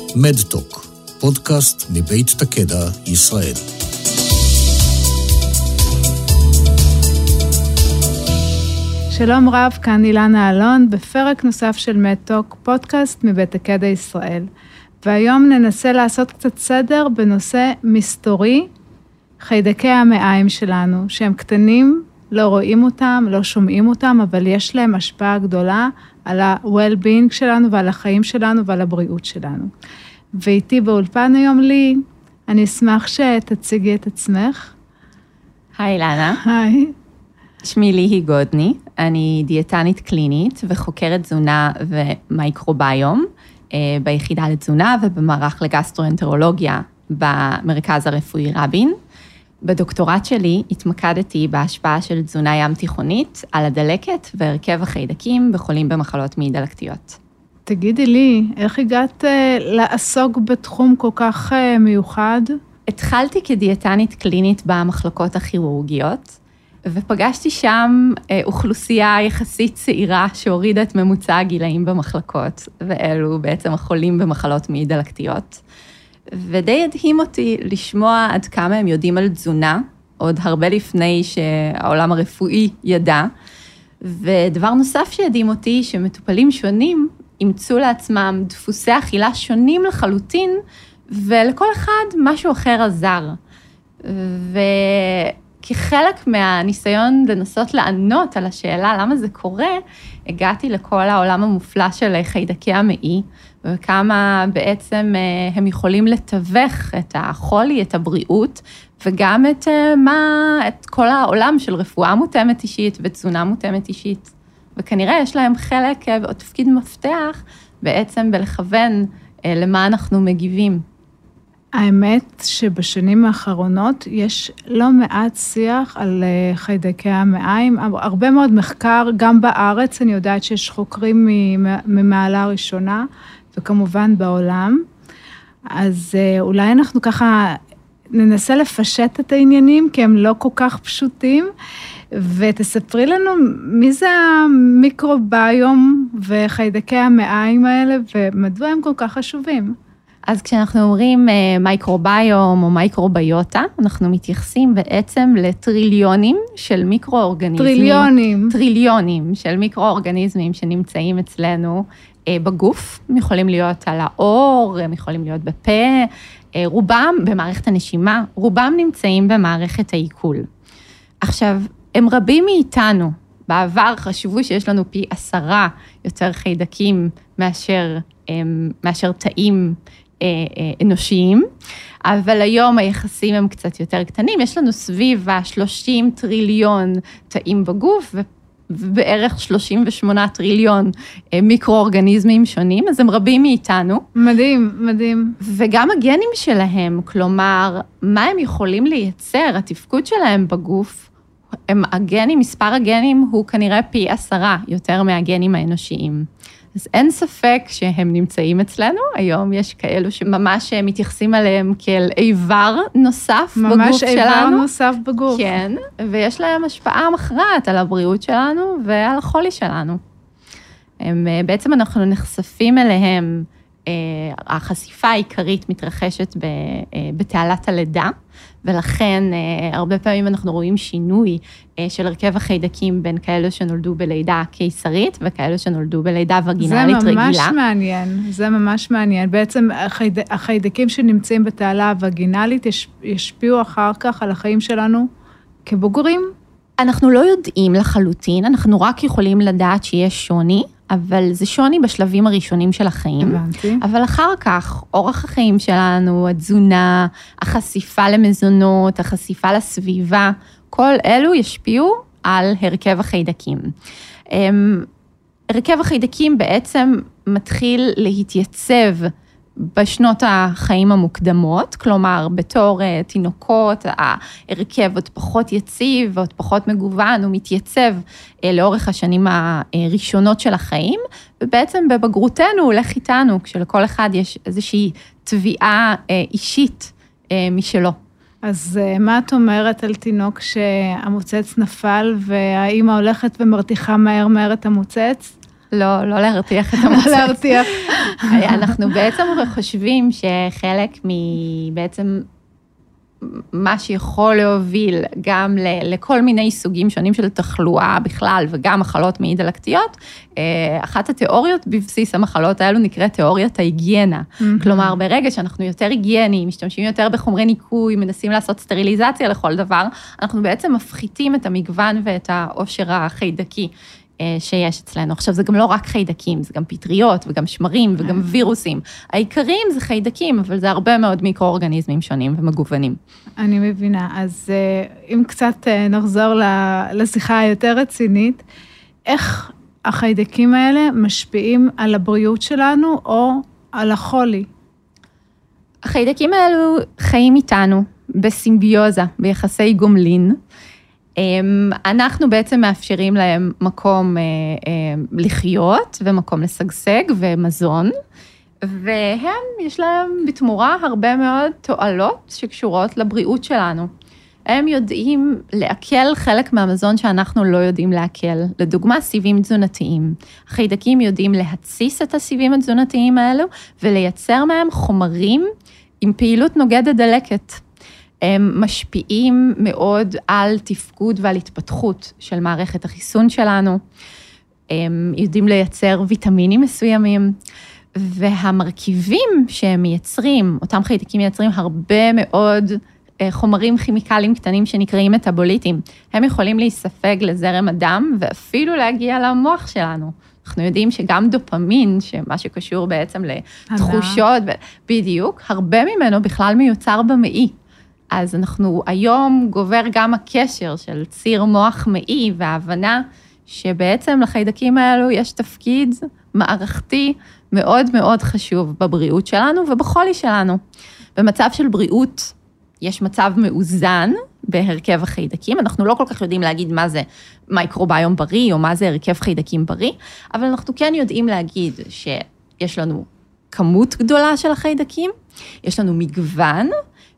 מדטוק, פודקאסט מבית תקדע, ישראל. שלום רב, כאן אילנה אלון, בפרק נוסף של מדטוק, פודקאסט מבית תקדע, ישראל. והיום ננסה לעשות קצת סדר בנושא מסתורי, חיידקי המעיים שלנו, שהם קטנים, לא רואים אותם, לא שומעים אותם, אבל יש להם השפעה גדולה על ה-well-being שלנו ועל החיים שלנו ועל הבריאות שלנו. ואיתי באולפן היום לי, אני אשמח שתציגי את עצמך. היי אילנה. היי. שמי ליהי גודני, אני דיאטנית קלינית וחוקרת תזונה ומייקרוביום ביחידה לתזונה ובמערך לגסטרואנטרולוגיה במרכז הרפואי רבין. בדוקטורט שלי התמקדתי בהשפעה של תזונה ים תיכונית על הדלקת והרכב החיידקים בחולים במחלות מעי דלקתיות. תגידי לי, איך הגעת לעסוק בתחום כל כך מיוחד? התחלתי כדיאטנית קלינית במחלקות הכירורגיות, ופגשתי שם אוכלוסייה יחסית צעירה שהורידה את ממוצע הגילאים במחלקות, ואלו בעצם החולים במחלות מעי דלקתיות. ודי הדהים אותי לשמוע עד כמה הם יודעים על תזונה, עוד הרבה לפני שהעולם הרפואי ידע. ודבר נוסף שהדהים אותי, שמטופלים שונים אימצו לעצמם דפוסי אכילה שונים לחלוטין, ולכל אחד משהו אחר עזר. וכחלק מהניסיון לנסות לענות על השאלה למה זה קורה, הגעתי לכל העולם המופלא של חיידקי המעי, וכמה בעצם הם יכולים לתווך את החולי, את הבריאות, וגם את כל העולם של רפואה מותאמת אישית ותזונה מותאמת אישית. וכנראה יש להם חלק או תפקיד מפתח בעצם בלכוון למה אנחנו מגיבים. האמת שבשנים האחרונות יש לא מעט שיח על חיידקי המעיים, הרבה מאוד מחקר, גם בארץ, אני יודעת שיש חוקרים ממעלה ראשונה, וכמובן בעולם. אז אולי אנחנו ככה ננסה לפשט את העניינים, כי הם לא כל כך פשוטים, ותספרי לנו מי זה המיקרוביום וחיידקי המעיים האלה, ומדוע הם כל כך חשובים. אז כשאנחנו אומרים מייקרוביום או מייקרוביוטה, אנחנו מתייחסים בעצם לטריליונים של מיקרואורגניזמים. טריליונים של מיקרואורגניזמים שנמצאים אצלנו בגוף, הם יכולים להיות על האור, הם יכולים להיות בפה, רובם במערכת הנשימה, רובם נמצאים במערכת העיכול. עכשיו, הם רבים מאיתנו, בעבר חשבו שיש לנו פי 10 יותר חיידקים מאשר תאים אנושיים, אבל היום היחסים הם קצת יותר קטנים, יש לנו סביב 30 טריליון תאים בגוף, ובערך 38 טריליון מיקרואורגניזמים שונים, אז הם רבים מאיתנו. מדהים, מדהים. וגם הגנים שלהם, כלומר, מה הם יכולים לייצר, התפקוד שלהם בגוף, מספר הגנים הוא כנראה פי 10 יותר מהגנים האנושיים. אז אין ספק שהם נמצאים אצלנו, היום יש כאלו שממש מתייחסים עליהם כאל איבר נוסף בגוף שלנו. ממש איבר נוסף בגוף. כן, ויש להם השפעה מכרעת על הבריאות שלנו ועל החולי שלנו. בעצם אנחנו נחשפים אליהם, החשיפה העיקרית מתרחשת בתעלת הלידה, ולכן הרבה פעמים אנחנו רואים שינוי של הרכב החיידקים בין כאלו שנולדו בלידה קיסרית, וכאלו שנולדו בלידה וגינלית רגילה. זה ממש מעניין. בעצם החיידקים שנמצאים בתעלה הווגינלית ישפיעו אחר כך על החיים שלנו כבוגרים? אנחנו לא יודעים לחלוטין, אנחנו רק יכולים לדעת שיש שוני, אבל זה שוני בשלבים הראשונים של החיים. הבנתי. אבל אחר כך, אורח החיים שלנו, התזונה, החשיפה למזונות, החשיפה לסביבה, כל אלו ישפיעו על הרכב החיידקים. הרכב החיידקים בעצם מתחיל להתייצב בשנות החיים המוקדמות, כלומר, בתור תינוקות, ההרכב עוד פחות יציב ועוד פחות מגוון, הוא מתייצב לאורך השנים הראשונות של החיים, ובעצם בבגרותנו הוא הולך איתנו, כשלכל אחד יש איזושהי תביעה אישית משלו. אז מה את אומרת על תינוק שהמוצץ נפל, והאמא הולכת ומרתיחה מהר את המוצץ? לא להרתיח את המצב. לא להרתיח. אנחנו בעצם חושבים שחלק מבעצם מה שיכול להוביל גם לכל מיני סוגים שונים של תחלואה בכלל, וגם מחלות מעי דלקתיות, אחת התיאוריות בבסיס המחלות האלו נקראת תיאוריית ההיגיינה. כלומר, ברגע שאנחנו יותר היגיינים, משתמשים יותר בחומרי ניקוי, מנסים לעשות סטריליזציה לכל דבר, אנחנו בעצם מפחיתים את המגוון ואת העושר החיידקי שיש אצלנו. עכשיו, זה גם לא רק חיידקים, זה גם פטריות וגם שמרים וגם וירוסים. העיקריים זה חיידקים, אבל זה הרבה מאוד מיקרואורגניזמים שונים ומגוונים. אני מבינה. אז אם קצת נחזור לשיחה היותר רצינית, איך החיידקים האלה משפיעים על הבריאות שלנו או על החולי? החיידקים האלו חיים איתנו בסימביוזה, ביחסי גומלין. אנחנו בעצם מאפשרים להם מקום לחיות ומקום לשגשג ומזון, והם, יש להם בתמורה הרבה מאוד תועלות שקשורות לבריאות שלנו. הם יודעים לעכל חלק מהמזון שאנחנו לא יודעים לעכל. לדוגמה, סיבים תזונתיים. החיידקים יודעים להציס את הסיבים התזונתיים האלו ולייצר מהם חומרים עם פעילות נוגדת דלקת. הם משפיעים מאוד על תפקוד ועל התפתחות של מערכת החיסון שלנו. הם יודעים לייצר ויטמינים מסוימים, והמרכיבים שהם מייצרים, אותם חיידקים מייצרים הרבה מאוד חומרים כימיקליים קטנים שנקראים מטאבוליטים. הם יכולים להיספג לזרם הדם ואפילו להגיע למוח שלנו. אנחנו יודעים שגם דופמין, שמה שקשור בעצם לתחושות, בדיוק, הרבה ממנו בכלל מיוצר במעי. אז אנחנו היום גובר גם הקשר של ציר מוח מעי וההבנה שבעצם לחיידקים האלו יש תפקיד מערכתי מאוד מאוד חשוב בבריאות שלנו ובחולי שלנו. במצב של בריאות יש מצב מאוזן בהרכב החיידקים, אנחנו לא כל כך יודעים להגיד מה זה מייקרוביום בריא או מה זה הרכב חיידקים בריא, אבל אנחנו כן יודעים להגיד שיש לנו כמות גדולה של החיידקים, יש לנו מגוון,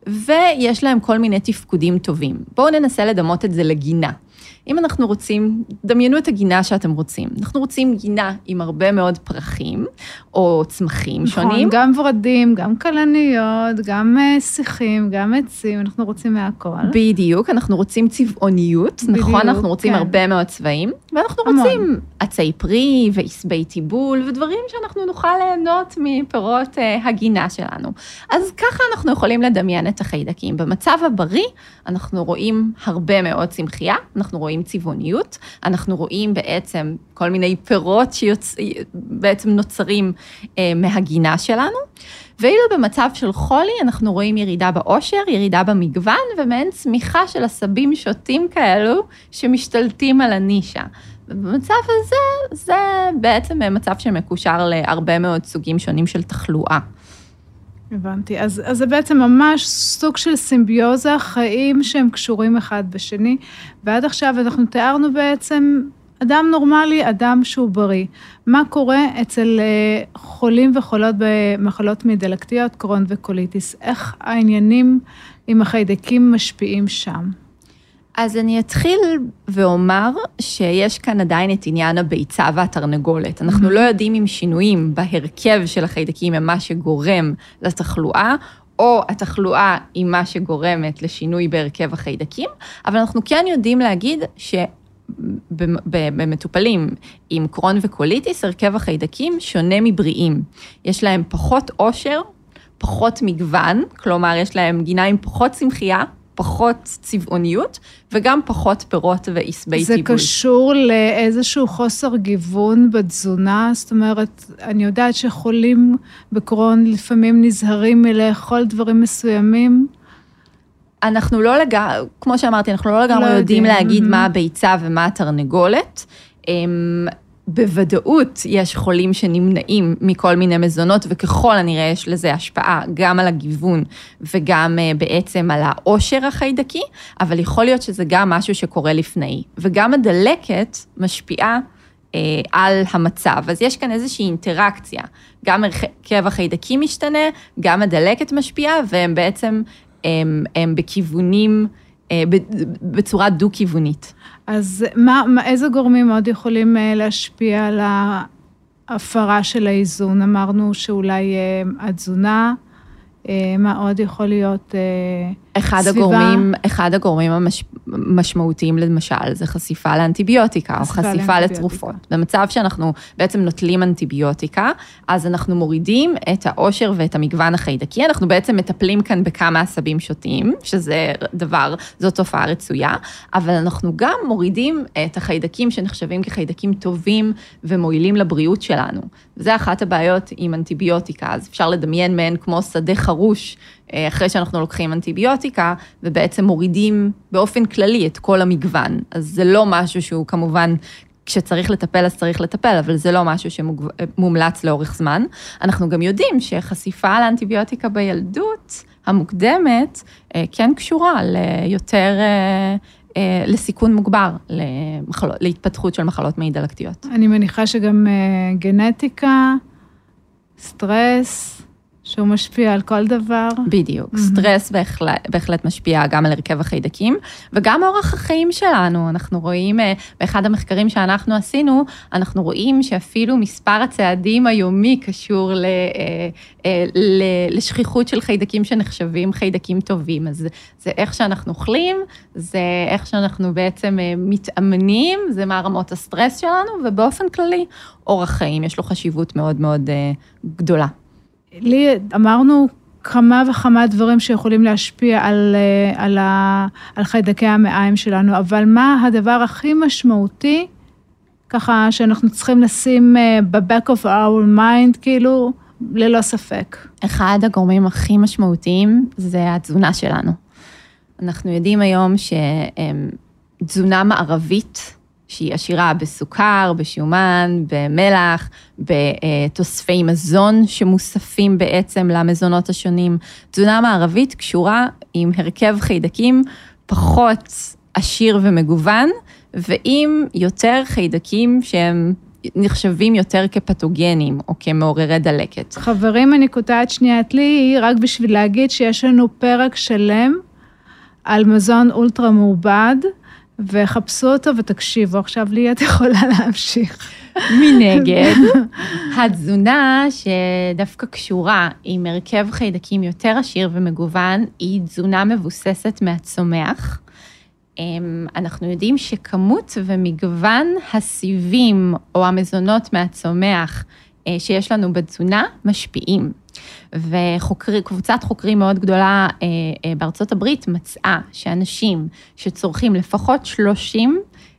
ויש להם כל מיני תפקודים טובים. בואו ננסה לדמות את זה לגינה. אם אנחנו רוצים, דמיינו את הגינה שאתם רוצים. אנחנו רוצים גינה עם הרבה מאוד פרחים, או צמחים שונים. גם ורדים, גם כלניות, גם שיחים, גם עצים, אנחנו רוצים מהכל. בדיוק, אנחנו רוצים צבעוניות, נכון? אנחנו רוצים הרבה מאוד צבעים, ואנחנו רוצים עצי פרי ועשבי טיבול, ודברים שאנחנו נוכל ליהנות מפירות הגינה שלנו. אז ככה אנחנו יכולים לדמיין את החיידקים. במצב הבריא, אנחנו רואים הרבה מאוד צמחייה, אנחנו רואים צבעוניות, אנחנו רואים בעצם כל מיני פירות שבעצם נוצרים מהגינה שלנו, ואילו במצב של חולי אנחנו רואים ירידה בעושר, ירידה במגוון, ומעין צמיחה של עשבים שוטים כאלו שמשתלטים על הנישה. ובמצב הזה, זה בעצם מצב שמקושר להרבה מאוד סוגים שונים של תחלואה. הבנתי. אז זה בעצם ממש סוג של סימביוזה, חיים שהם קשורים אחד בשני, ועד עכשיו אנחנו תיארנו בעצם אדם נורמלי, אדם שהוא בריא. מה קורה אצל חולים וחולות במחלות מעי דלקתיות, קרון וקוליטיס? איך העניינים עם החיידקים משפיעים שם? אז אני אתחיל ואומר שיש כאן עדיין את עניין הביצה והתרנגולת. אנחנו לא יודעים אם שינויים בהרכב של החיידקים הם מה שגורם לתחלואה, או התחלואה היא מה שגורמת לשינוי בהרכב החיידקים, אבל אנחנו כן יודעים להגיד במטופלים עם קרון וקוליטיס, הרכב החיידקים שונה מבריאים. יש להם פחות עושר, פחות מגוון, כלומר יש להם גינה עם פחות צמחייה, פחות צבעוניות, וגם פחות פירות ועשבי טיבול. זה קשור לאיזשהו חוסר גיוון בתזונה, זאת אומרת, אני יודעת שחולים בקרון לפעמים נזהרים מלאכול דברים מסוימים. אנחנו לא לגמרי, כמו שאמרתי, אנחנו לא לגמרי יודעים להגיד מה הביצה ומה התרנגולת. בוודאות יש חולים שנמנעים מכל מיני מזונות, וככל הנראה יש לזה השפעה גם על הגיוון וגם בעצם על העושר החיידקי, אבל יכול להיות שזה גם משהו שקורה לפני. וגם הדלקת משפיעה על המצב. אז יש כאן איזושהי אינטראקציה. גם הרכב החיידקי משתנה, גם הדלקת משפיעה, והם בעצם הם בכיוונים, בצורה דו-כיוונית. אז איזה גורמים עוד יכולים להשפיע על הפרה של האיזון. אמרנו שאולי התזונה, מה עוד יכול להיות סביבה? אחד הגורמים המשמעותיים למשל, זה חשיפה לאנטיביוטיקה או חשיפה לתרופות. במצב שאנחנו בעצם נוטלים אנטיביוטיקה, אז אנחנו מורידים את העושר ואת המגוון החיידקי, אנחנו בעצם מטפלים כאן בכמה עשבים שוטיים, שזה זו תופעה רצויה, אבל אנחנו גם מורידים את החיידקים שנחשבים כחיידקים טובים ומועילים לבריאות שלנו. וזה אחת הבעיות עם אנטיביוטיקה, אז אפשר לדמיין מהן כמו שדה חרוש, אחרי שאנחנו לוקחים אנטיביוטיקה, ובעצם מורידים באופן כללי את כל המגוון. אז זה לא משהו שהוא כמובן, כשצריך לטפל אז צריך לטפל, אבל זה לא משהו שמומלץ לאורך זמן. אנחנו גם יודעים שחשיפה לאנטיביוטיקה בילדות המוקדמת, כן קשורה ליותר, לסיכון מוגבר, להתפתחות של מחלות מעי דלקתיות. אני מניחה שגם גנטיקה, סטרס, שהוא משפיע על כל דבר. בדיוק. סטרס בהחלט משפיע גם על הרכב החיידקים, וגם אורח החיים שלנו. אנחנו רואים, באחד המחקרים שאנחנו עשינו, אנחנו רואים שאפילו מספר הצעדים היומי קשור לשכיחות של חיידקים שנחשבים חיידקים טובים. אז זה איך שאנחנו אוכלים, זה איך שאנחנו בעצם מתאמנים, זה מה רמות הסטרס שלנו, ובאופן כללי, אורח חיים יש לו חשיבות מאוד מאוד גדולה. אמרנו כמה וכמה דברים שיכולים להשפיע על חיידקי המעיים שלנו, אבל מה הדבר הכי משמעותי, ככה שאנחנו צריכים לשים ב-back of our mind, כאילו, ללא ספק? אחד הגורמים הכי משמעותיים זה התזונה שלנו. אנחנו יודעים היום שתזונה מערבית, שהיא עשירה בסוכר, בשומן, במלח, בתוספי מזון שמוספים בעצם למזונות השונים. תזונה מערבית קשורה עם הרכב חיידקים פחות עשיר ומגוון, ועם יותר חיידקים שהם נחשבים יותר כפתוגנים או כמעוררי דלקת. חברים, אני קוטעת שנייה את לי, רק בשביל להגיד שיש לנו פרק שלם על מזון אולטרה מעובד, וחפשו אותו ותקשיבו. עכשיו לי את יכולה להמשיך. מנגד, התזונה שדווקא קשורה עם הרכב חיידקים יותר עשיר ומגוון, היא תזונה מבוססת מהצומח. אנחנו יודעים שכמות ומגוון הסיבים או המזונות מהצומח שיש לנו בתזונה משפיעים. וקבוצת חוקרים מאוד גדולה בארצות הברית מצאה שאנשים שצורכים לפחות 30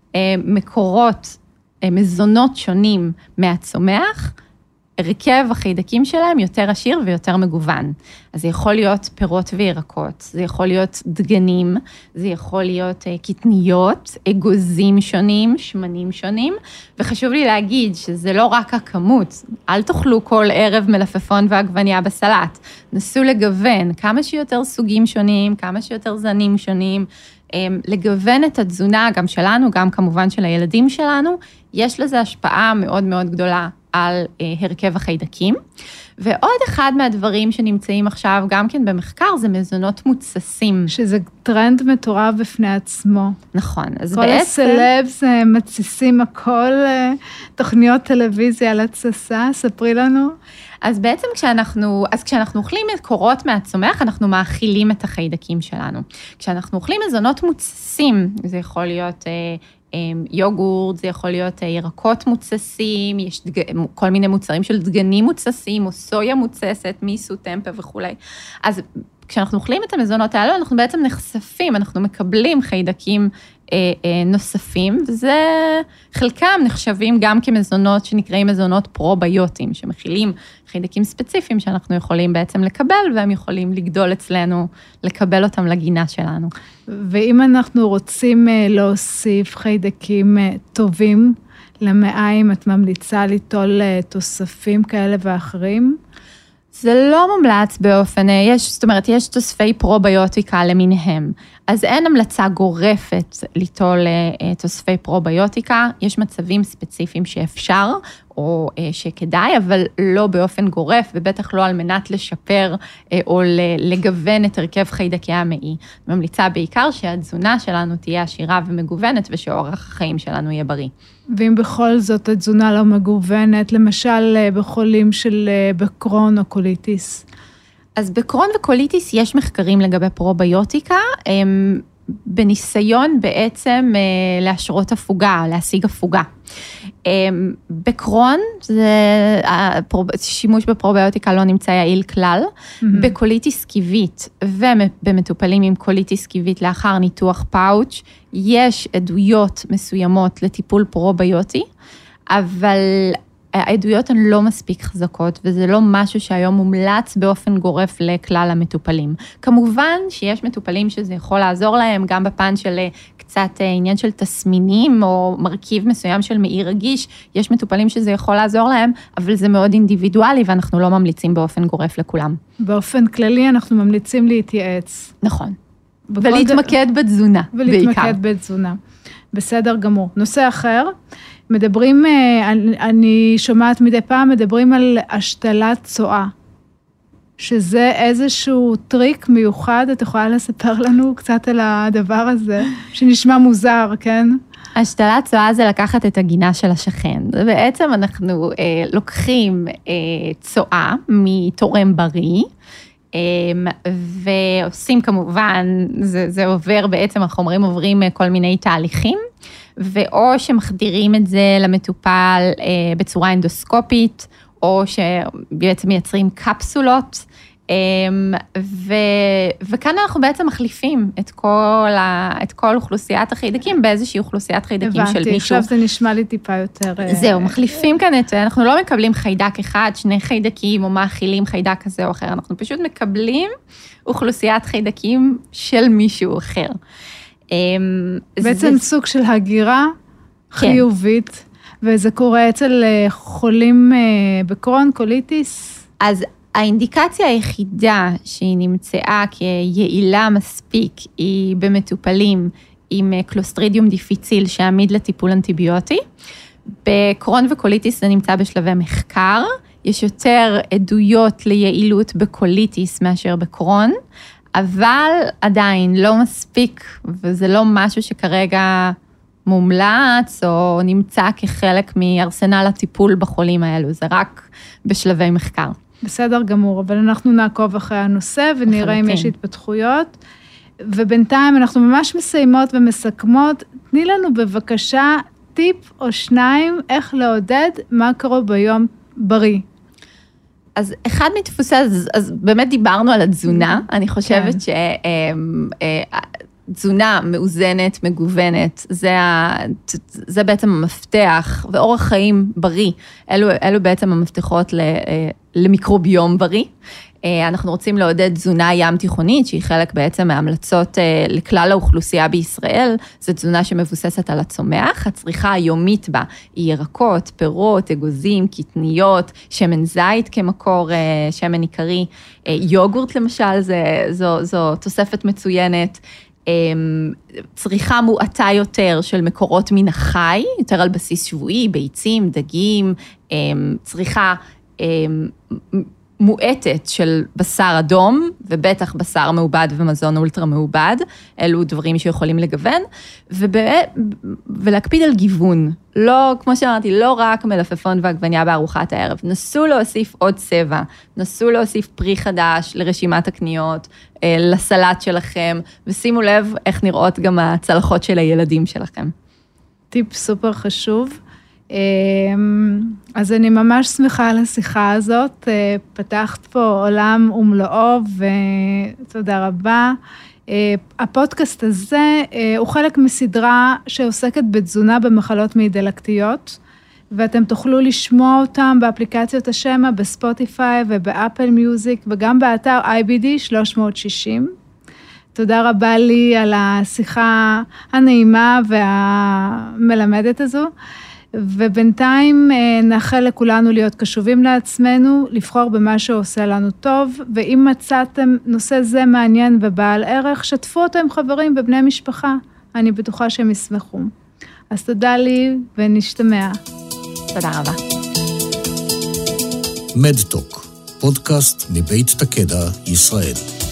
מקורות מזונות שונים מהצומח, הרכב החיידקים שלהם יותר עשיר ויותר מגוון. אז זה יכול להיות פירות וירקות, זה יכול להיות דגנים, זה יכול להיות קטניות, אגוזים שונים, שמנים שונים, וחשוב לי להגיד שזה לא רק הכמות, אל תאכלו כל ערב מלפפון ועגבניה בסלט, נסו לגוון כמה שיותר סוגים שונים, כמה שיותר זנים שונים, לגוון את התזונה גם שלנו, גם כמובן של הילדים שלנו, יש לזה השפעה מאוד מאוד גדולה על הרכב החיידקים. ועוד אחד מהדברים שנמצאים עכשיו גם כן במחקר, זה מזונות מוצסים. שזה טרנד מטורף בפני עצמו. נכון, אז כל בעצם... כל הסלבס מתסיסים הכל, תוכניות טלוויזיה על התססה, ספרי לנו. אז בעצם כשאנחנו אוכלים מקורות מהצומח, אנחנו מאכילים את החיידקים שלנו. כשאנחנו אוכלים מזונות מוצסים, זה יכול להיות יוגורט, זה יכול להיות ירקות מוצסים, יש כל מיני מוצרים של דגנים מוצסים, או סויה מוצסת, מיסו, טמפה וכו'. אז כשאנחנו אוכלים את המזונות האלו, אנחנו בעצם נחשפים, אנחנו מקבלים חיידקים נוספים, וזה חלקם נחשבים גם כמזונות שנקראים מזונות פרוביוטיים, שמכילים חיידקים ספציפיים שאנחנו יכולים בעצם לקבל, והם יכולים לגדול אצלנו, לקבל אותם לגינה שלנו. ואם אנחנו רוצים להוסיף חיידקים טובים למעיים, את ממליצה ליטול תוספים כאלה ואחרים? זה לא מומלץ באופן, זאת אומרת, יש תוספי פרוביוטיקה למיניהם, אז אין המלצה גורפת ליטול תוספי פרוביוטיקה, יש מצבים ספציפיים שאפשר, או שכדאי, אבל לא באופן גורף, ובטח לא על מנת לשפר או לגוון את הרכב חיידקי המעי. ממליצה בעיקר שהתזונה שלנו תהיה עשירה ומגוונת, ושאורח החיים שלנו יהיה בריא. ואם בכל זאת התזונה לא מגוונת, למשל בחולים של בקרון או קוליטיס? אז בקרון וקוליטיס יש מחקרים לגבי פרוביוטיקה, בניסיון בעצם להשרות הפוגה, להשיג הפוגה. בקרון, שימוש בפרוביוטיקה לא נמצא יעיל כלל, בקוליטיס קיבית ובמטופלים עם קוליטיס קיבית לאחר ניתוח פאוץ', יש עדויות מסוימות לטיפול פרוביוטי, אבל העדויות הן לא מספיק חזקות, וזה לא משהו שהיום מומלץ באופן גורף לכלל המטופלים. כמובן שיש מטופלים שזה יכול לעזור להם, גם בפן של קצת עניין של תסמינים, או מרכיב מסוים של מעי רגיש, יש מטופלים שזה יכול לעזור להם, אבל זה מאוד אינדיבידואלי, ואנחנו לא ממליצים באופן גורף לכולם. באופן כללי אנחנו ממליצים להתייעץ. נכון. ולהתמקד בתזונה, בעיקר. ולהתמקד בתזונה. בסדר גמור. נושא אחר, מדברים, אני שומעת מדי פעם, מדברים על השתלת צואה, שזה איזשהו טריק מיוחד, את יכולה לספר לנו קצת על הדבר הזה, שנשמע מוזר, כן? השתלת צואה זה לקחת את הגינה של השכן, ובעצם אנחנו לוקחים צואה מתורם בריא, ועושים כמובן, זה עובר בעצם, החומרים עוברים כל מיני תהליכים, ואו שמחדירים את זה למטופל בצורה אנדוסקופית, או שבעצם מייצרים קפסולות, וכאן אנחנו בעצם מחליפים את כל אוכלוסיית החיידקים באיזושהי אוכלוסיית חיידקים של מישהו. הבנתי, עכשיו זה נשמע לי טיפה יותר... זהו, מחליפים כאן אנחנו לא מקבלים חיידק אחד, 2 חיידקים, או מאכילים חיידק כזה או אחר, אנחנו פשוט מקבלים אוכלוסיית חיידקים של מישהו אחר. בעצם סוג של הגירה חיובית, וזה קורה אצל חולים בקרון, קוליטיס. אז האינדיקציה היחידה שהיא נמצאה כיעילה מספיק, היא במטופלים עם קלוסטרידיום דיפיציל שעמיד לטיפול אנטיביוטי. בקרון וקוליטיס זה נמצא בשלבי מחקר, יש יותר עדויות ליעילות בקוליטיס מאשר בקרון, אבל עדיין לא מספיק, וזה לא משהו שכרגע מומלץ או נמצא כחלק מארסנל הטיפול בחולים האלו, זה רק בשלבי מחקר. בסדר גמור, אבל אנחנו נעקוב אחרי הנושא ונראה אם יש התפתחויות, ובינתיים אנחנו ממש מסיימות ומסכמות, תני לנו בבקשה טיפ או 2 איך לעודד מקרוביום בריא. אז אחד מדפוסי, אז באמת דיברנו על התזונה, אני חושבת תזונה מאוזנת, מגוונת, זה בעצם המפתח, ואורח חיים בריא, אלו בעצם המפתחות למיקרוביום בריא. אנחנו רוצים לעודד תזונה ים תיכונית, שהיא חלק בעצם מהמלצות לכלל האוכלוסייה בישראל, זו תזונה שמבוססת על הצומח, הצריכה היומית בה היא ירקות, פירות, אגוזים, קטניות, שמן זית כמקור שמן עיקרי, יוגורט למשל, זו תוספת מצוינת, צריכה מועטה יותר של מקורות מן החי, יותר על בסיס שבועי, ביצים, דגים, צריכה מועטת של בשר אדום, ובטח בשר מעובד ומזון אולטרה מעובד, אלו דברים שיכולים לגוון, ולהקפיד על גיוון. לא, כמו שאמרתי, לא רק מלפפון ועגבניה בארוחת הערב, נסו להוסיף עוד צבע, נסו להוסיף פרי חדש לרשימת הקניות, לסלט שלכם, ושימו לב איך נראות גם הצלחות של הילדים שלכם. טיפ סופר חשוב. אז אני ממש שמחה על השיחה הזאת, פתחת פה עולם ומלואו, ותודה רבה. הפודקאסט הזה הוא חלק מסדרה שעוסקת בתזונה במחלות מעי דלקתיות, ואתם תוכלו לשמוע אותם באפליקציות השמע, בספוטיפיי ובאפל מיוזיק, וגם באתר IBD 360. תודה רבה לי על השיחה הנעימה והמלמדת הזו. ובינתיים נאחל לכולנו להיות קשובים לעצמנו, לבחור במה שעושה לנו טוב, ואם מצאתם נושא זה מעניין ובעל ערך, שתפו אותו עם חברים ובני משפחה, אני בטוחה שהם ישמחו. אז תודה לי ונשתמע. תודה רבה. מדטוק, פודקאסט מבית תקדע, ישראל.